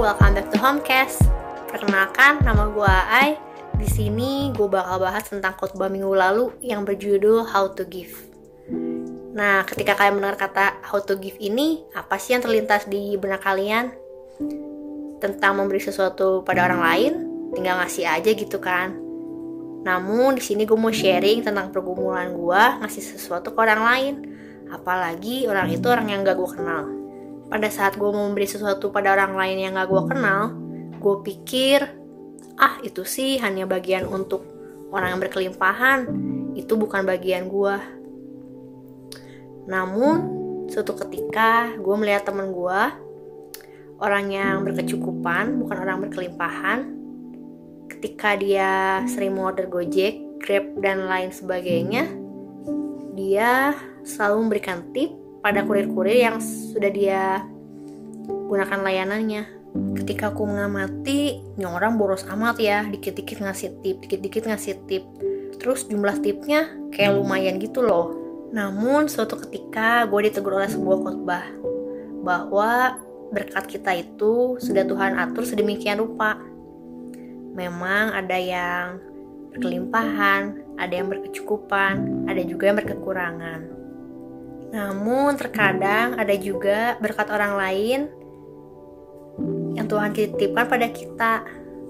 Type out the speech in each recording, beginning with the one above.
welcome back to Homecast. Perkenalkan, nama gue Ai. Di sini gue bakal bahas tentang khotbah minggu lalu yang berjudul How to Give. Nah, ketika kalian mendengar kata How to Give ini, apa sih yang terlintas di benak kalian? Tentang memberi sesuatu pada orang lain, tinggal ngasih aja gitu kan. Namun di sini gue mau sharing tentang pergumulan gue ngasih sesuatu ke orang lain, apalagi orang itu orang yang gak gue kenal. Pada saat gue mau memberi sesuatu pada orang lain yang gak gue kenal, gue pikir, itu sih hanya bagian untuk orang yang berkelimpahan, itu bukan bagian gue. Namun, suatu ketika gue melihat temen gue, orang yang berkecukupan, bukan orang berkelimpahan, ketika dia sering order Gojek, Grab, dan lain sebagainya, dia selalu memberikan tip pada kurir-kurir yang sudah dia gunakan layanannya. Ketika aku mengamati, ini orang boros amat ya, dikit-dikit ngasih tip, dikit-dikit ngasih tip. Terus jumlah tipnya kayak lumayan gitu loh. Namun suatu ketika gue ditegur oleh sebuah khotbah bahwa berkat kita itu sudah Tuhan atur sedemikian rupa. Memang ada yang berkelimpahan, ada yang berkecukupan, ada juga yang berkekurangan. Namun terkadang ada juga berkat orang lain yang Tuhan titipkan pada kita.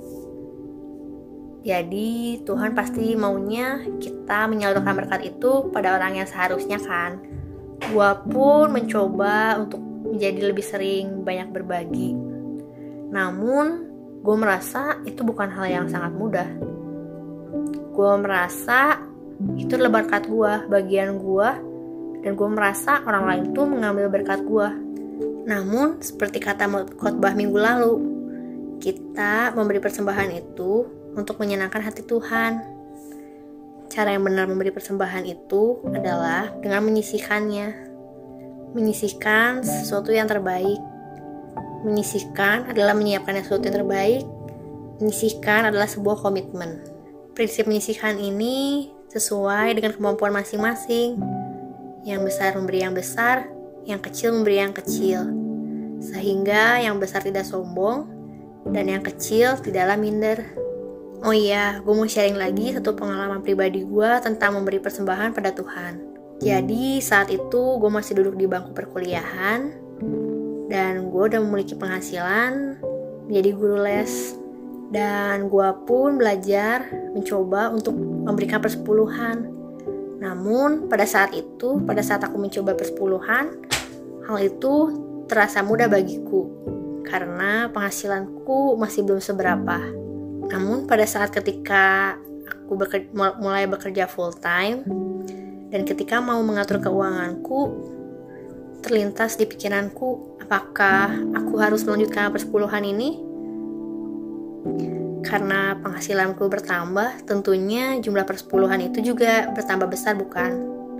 Jadi Tuhan pasti maunya kita menyalurkan berkat itu pada orang yang seharusnya kan. Gua pun mencoba untuk menjadi lebih sering banyak berbagi. Namun gue merasa itu bukan hal yang sangat mudah. Gue merasa itu adalah berkat gue, bagian gue, dan gue merasa orang lain tuh mengambil berkat gue. Namun seperti kata khotbah minggu lalu, kita memberi persembahan itu untuk menyenangkan hati Tuhan. Cara yang benar memberi persembahan itu adalah dengan menyisihkannya. Menyisihkan sesuatu yang terbaik. Menyisihkan adalah menyiapkan sesuatu yang terbaik. Menyisihkan adalah sebuah komitmen. Prinsip menyisihkan ini sesuai dengan kemampuan masing-masing. Yang besar memberi yang besar, yang kecil memberi yang kecil. Sehingga yang besar tidak sombong, dan yang kecil tidaklah minder. Oh iya, gue mau sharing lagi satu pengalaman pribadi gue tentang memberi persembahan pada Tuhan. Jadi saat itu gue masih duduk di bangku perkuliahan, dan gue udah memiliki penghasilan menjadi guru les. Dan gue pun belajar mencoba untuk memberikan persepuluhan. Namun pada saat aku mencoba persepuluhan, hal itu terasa mudah bagiku karena penghasilanku masih belum seberapa. Namun pada saat ketika aku mulai bekerja full time dan ketika mau mengatur keuanganku, terlintas di pikiranku, apakah aku harus melanjutkan persepuluhan ini? Karena penghasilanku bertambah, tentunya jumlah persepuluhan itu juga bertambah besar, bukan?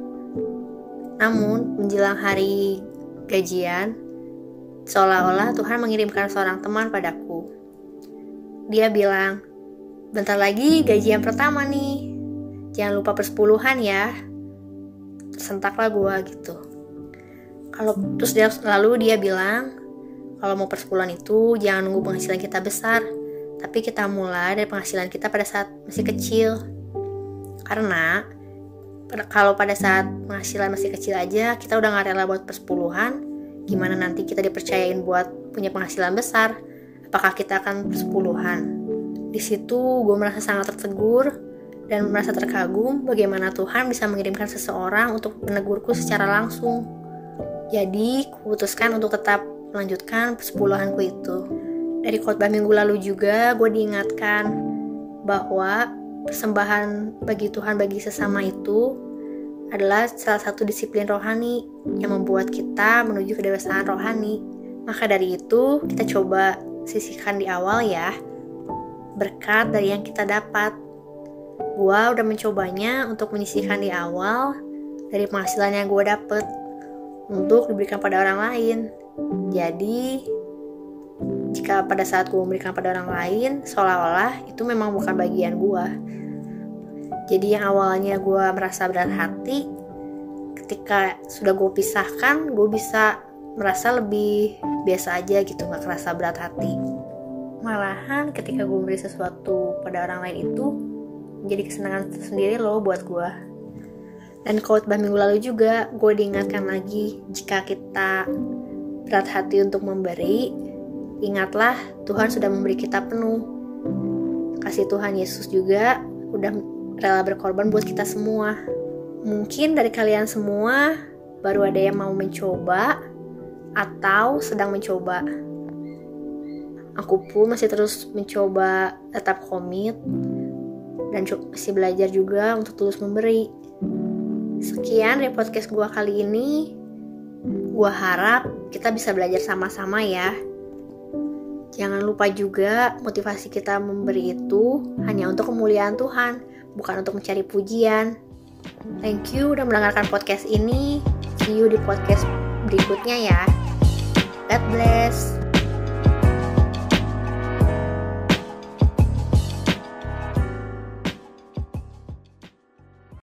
Namun, menjelang hari gajian, seolah-olah Tuhan mengirimkan seorang teman padaku. Dia bilang, bentar lagi gajian pertama nih, jangan lupa persepuluhan ya. Tersentaklah gue gitu. Lalu dia bilang, kalau mau persepuluhan itu jangan nunggu penghasilan kita besar, tapi kita mulai dari penghasilan kita pada saat masih kecil. Karena kalau pada saat penghasilan masih kecil aja kita udah gak rela buat persepuluhan, gimana nanti kita dipercayain buat punya penghasilan besar? Apakah kita akan persepuluhan? Di situ gue merasa sangat tertegur dan merasa terkagum bagaimana Tuhan bisa mengirimkan seseorang untuk menegurku secara langsung. Jadi kuputuskan untuk tetap melanjutkan persepuluhanku itu. Dari khotbah minggu lalu juga gue diingatkan bahwa persembahan bagi Tuhan bagi sesama itu adalah salah satu disiplin rohani yang membuat kita menuju kedewasaan rohani. Maka dari itu kita coba sisihkan di awal ya berkat dari yang kita dapat. Gue udah mencobanya untuk menyisihkan di awal dari penghasilan yang gue dapet untuk diberikan pada orang lain. Jadi jika pada saat gue memberikan pada orang lain, seolah-olah itu memang bukan bagian gue. Jadi yang awalnya gue merasa berat hati, ketika sudah gue pisahkan, gue bisa merasa lebih biasa aja gitu, gak kerasa berat hati. Malahan ketika gue memberi sesuatu pada orang lain itu menjadi kesenangan sendiri loh buat gue. Dan khotbah minggu lalu juga gue diingatkan lagi, jika kita berat hati untuk memberi, ingatlah Tuhan sudah memberi kita penuh. Kasih Tuhan Yesus juga udah rela berkorban buat kita semua. Mungkin dari kalian semua baru ada yang mau mencoba atau sedang mencoba. Aku pun masih terus mencoba tetap komit dan masih belajar juga untuk terus memberi. Sekian dari podcast gue kali ini. Gue harap kita bisa belajar sama-sama ya. Jangan lupa juga motivasi kita memberi itu hanya untuk kemuliaan Tuhan, bukan untuk mencari pujian. Thank you udah mendengarkan podcast ini. See you di podcast berikutnya ya. God bless.